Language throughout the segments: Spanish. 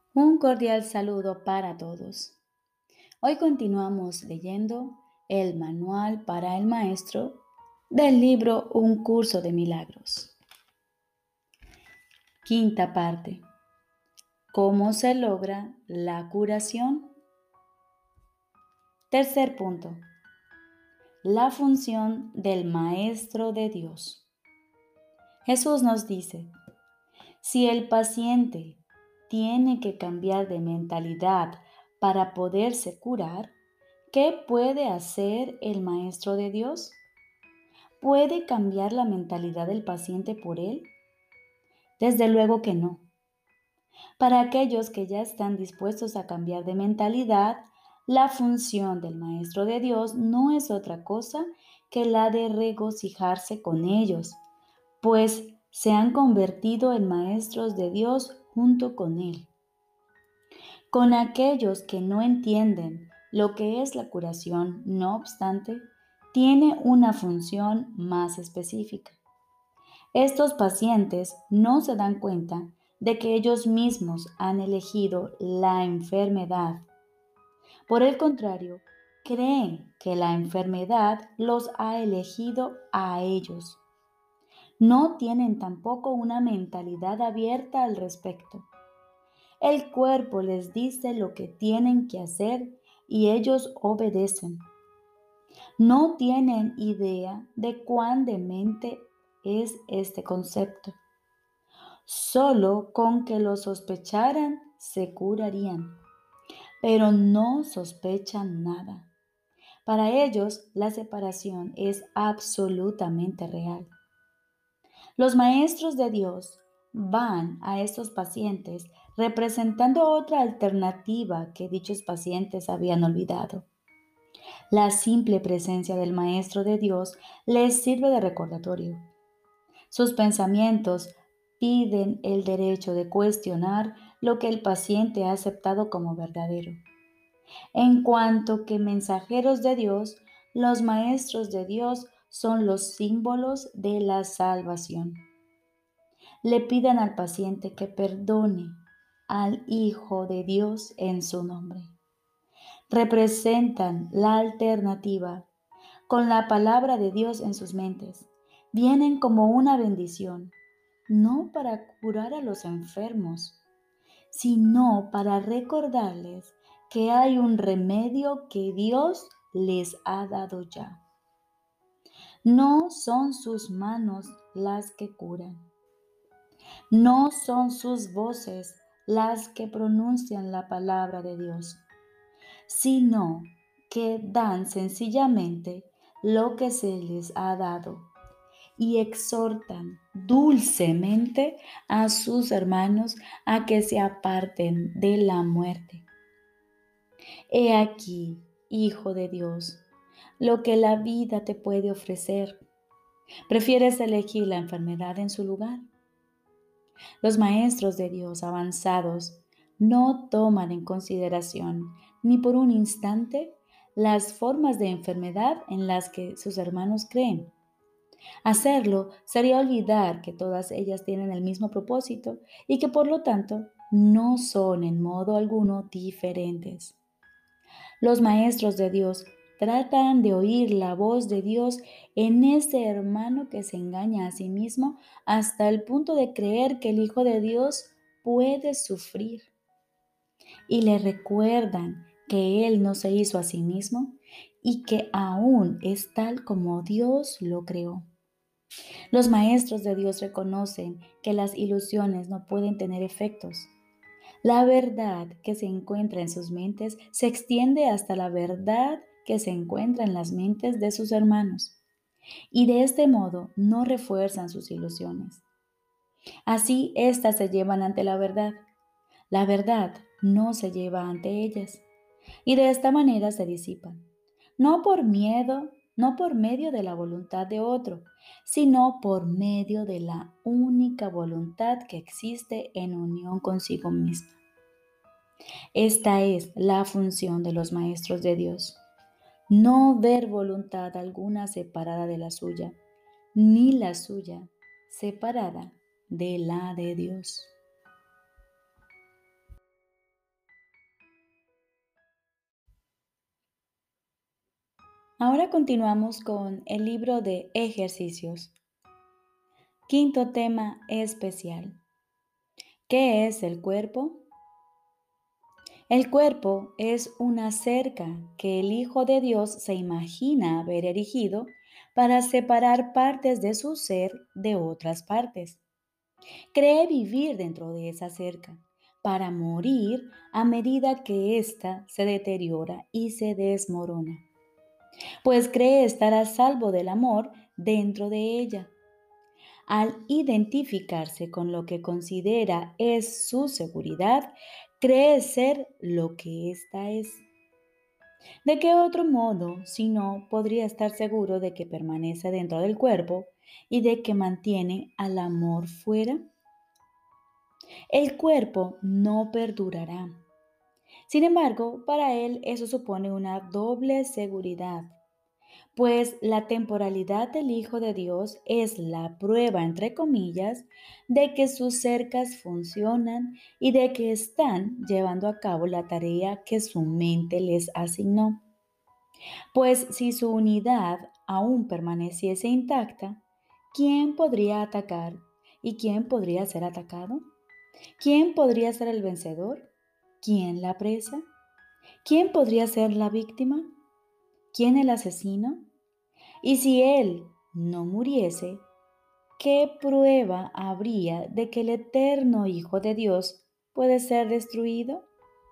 Un cordial saludo para todos. Hoy continuamos leyendo el manual para el maestro del libro Un curso de milagros. Quinta parte. ¿Cómo se logra la curación? Tercer punto. La función del maestro de Dios. Jesús nos dice, si el paciente tiene que cambiar de mentalidad para poderse curar, ¿qué puede hacer el maestro de Dios? ¿Puede cambiar la mentalidad del paciente por él? Desde luego que no. Para aquellos que ya están dispuestos a cambiar de mentalidad, la función del maestro de Dios no es otra cosa que la de regocijarse con ellos, pues se han convertido en maestros de Dios junto con él. Con aquellos que no entienden lo que es la curación, no obstante, tiene una función más específica. Estos pacientes no se dan cuenta de que ellos mismos han elegido la enfermedad. Por el contrario, creen que la enfermedad los ha elegido a ellos. No tienen tampoco una mentalidad abierta al respecto. El cuerpo les dice lo que tienen que hacer y ellos obedecen. No tienen idea de cuán demente es este concepto. Solo con que lo sospecharan se curarían, pero no sospechan nada. Para ellos, la separación es absolutamente real. Los maestros de Dios van a estos pacientes representando otra alternativa que dichos pacientes habían olvidado. La simple presencia del Maestro de Dios les sirve de recordatorio. Sus pensamientos piden el derecho de cuestionar lo que el paciente ha aceptado como verdadero. En cuanto que mensajeros de Dios, los maestros de Dios son los símbolos de la salvación. Le piden al paciente que perdone al Hijo de Dios en su nombre. Representan la alternativa con la palabra de Dios en sus mentes. Vienen como una bendición, no para curar a los enfermos, sino para recordarles que hay un remedio que Dios les ha dado ya. No son sus manos las que curan. No son sus voces las que pronuncian la palabra de Dios, sino que dan sencillamente lo que se les ha dado y exhortan dulcemente a sus hermanos a que se aparten de la muerte. He aquí, Hijo de Dios, lo que la vida te puede ofrecer. ¿Prefieres elegir la enfermedad en su lugar? Los maestros de Dios avanzados no toman en consideración ni por un instante las formas de enfermedad en las que sus hermanos creen. Hacerlo sería olvidar que todas ellas tienen el mismo propósito y que por lo tanto no son en modo alguno diferentes. Los maestros de Dios tratan de oír la voz de Dios en ese hermano que se engaña a sí mismo hasta el punto de creer que el Hijo de Dios puede sufrir. Y le recuerdan que Él no se hizo a sí mismo y que aún es tal como Dios lo creó. Los maestros de Dios reconocen que las ilusiones no pueden tener efectos. La verdad que se encuentra en sus mentes se extiende hasta la verdad que se encuentra en las mentes de sus hermanos, y de este modo no refuerzan sus ilusiones. Así, éstas se llevan ante la verdad no se lleva ante ellas, y de esta manera se disipan, no por miedo, no por medio de la voluntad de otro, sino por medio de la única voluntad que existe en unión consigo misma. Esta es la función de los maestros de Dios. No ver voluntad alguna separada de la suya, ni la suya separada de la de Dios. Ahora continuamos con el libro de ejercicios. Quinto tema especial. ¿Qué es el cuerpo? El cuerpo es una cerca que el Hijo de Dios se imagina haber erigido para separar partes de su ser de otras partes. Cree vivir dentro de esa cerca para morir a medida que ésta se deteriora y se desmorona, pues cree estar a salvo del amor dentro de ella. Al identificarse con lo que considera es su seguridad, cree ser lo que ésta es. ¿De qué otro modo, si no, podría estar seguro de que permanece dentro del cuerpo y de que mantiene al amor fuera? El cuerpo no perdurará. Sin embargo, para él eso supone una doble seguridad, pues la temporalidad del Hijo de Dios es la prueba, entre comillas, de que sus cercas funcionan y de que están llevando a cabo la tarea que su mente les asignó. Pues si su unidad aún permaneciese intacta, ¿quién podría atacar y quién podría ser atacado? ¿Quién podría ser el vencedor? ¿Quién la presa? ¿Quién podría ser la víctima? ¿Quién el asesino? Y si él no muriese, ¿qué prueba habría de que el eterno Hijo de Dios puede ser destruido?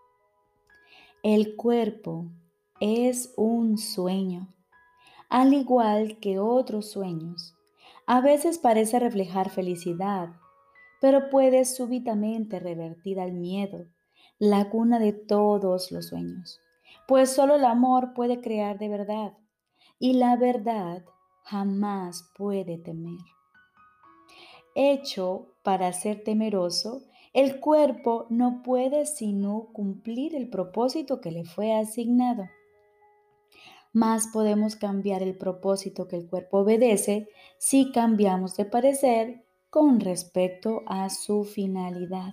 El cuerpo es un sueño, al igual que otros sueños. A veces parece reflejar felicidad, pero puede súbitamente revertir al miedo, la cuna de todos los sueños, pues solo el amor puede crear de verdad, y la verdad jamás puede temer. Hecho para ser temeroso, el cuerpo no puede sino cumplir el propósito que le fue asignado. Mas podemos cambiar el propósito que el cuerpo obedece si cambiamos de parecer con respecto a su finalidad.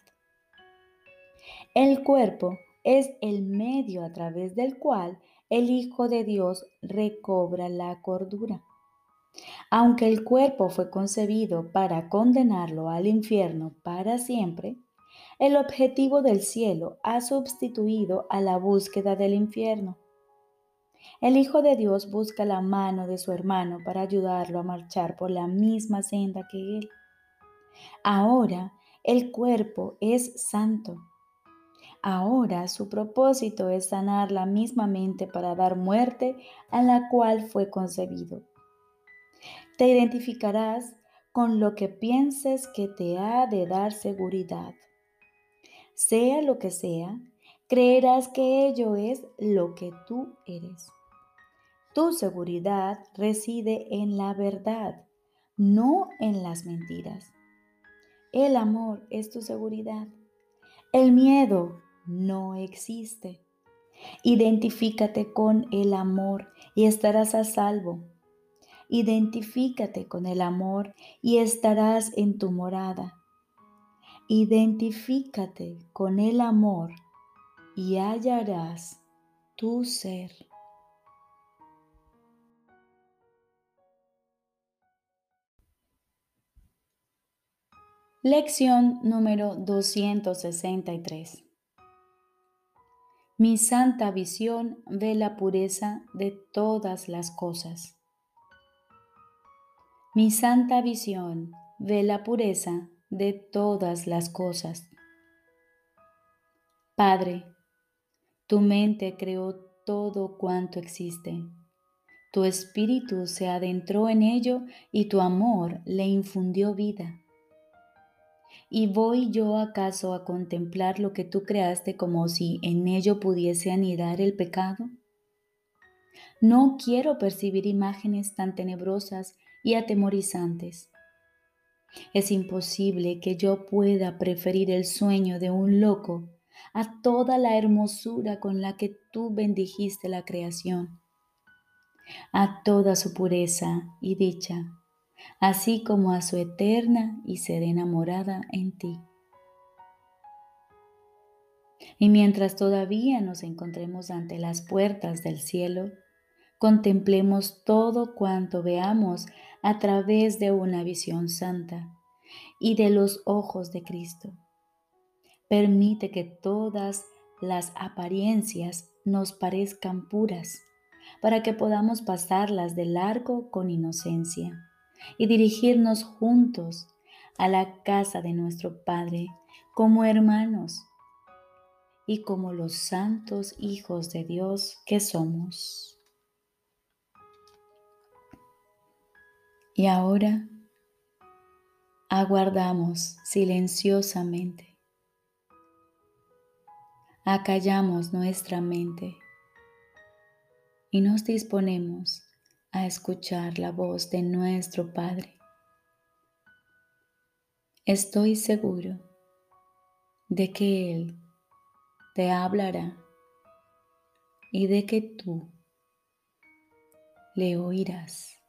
El cuerpo es el medio a través del cual el Hijo de Dios recobra la cordura. Aunque el cuerpo fue concebido para condenarlo al infierno para siempre, el objetivo del cielo ha sustituido a la búsqueda del infierno. El Hijo de Dios busca la mano de su hermano para ayudarlo a marchar por la misma senda que él. Ahora el cuerpo es santo. Ahora su propósito es sanar la misma mente para dar muerte a la cual fue concebido. Te identificarás con lo que pienses que te ha de dar seguridad. Sea lo que sea, creerás que ello es lo que tú eres. Tu seguridad reside en la verdad, no en las mentiras. El amor es tu seguridad. El miedo no existe. Identifícate con el amor y estarás a salvo. Identifícate con el amor y estarás en tu morada. Identifícate con el amor y hallarás tu ser. Lección número 263. Mi santa visión ve la pureza de todas las cosas. Mi santa visión ve la pureza de todas las cosas. Padre, tu mente creó todo cuanto existe. Tu espíritu se adentró en ello y tu amor le infundió vida. ¿Y voy yo acaso a contemplar lo que tú creaste como si en ello pudiese anidar el pecado? No quiero percibir imágenes tan tenebrosas y atemorizantes. Es imposible que yo pueda preferir el sueño de un loco a toda la hermosura con la que tú bendijiste la creación, a toda su pureza y dicha, así como a su eterna y serena morada en ti. Y mientras todavía nos encontremos ante las puertas del cielo, contemplemos todo cuanto veamos a través de una visión santa y de los ojos de Cristo. Permite que todas las apariencias nos parezcan puras, para que podamos pasarlas de largo con inocencia y dirigirnos juntos a la casa de nuestro Padre como hermanos y como los santos hijos de Dios que somos. Y ahora aguardamos silenciosamente, acallamos nuestra mente y nos disponemos a escuchar la voz de nuestro Padre. Estoy seguro de que Él te hablará y de que tú le oirás.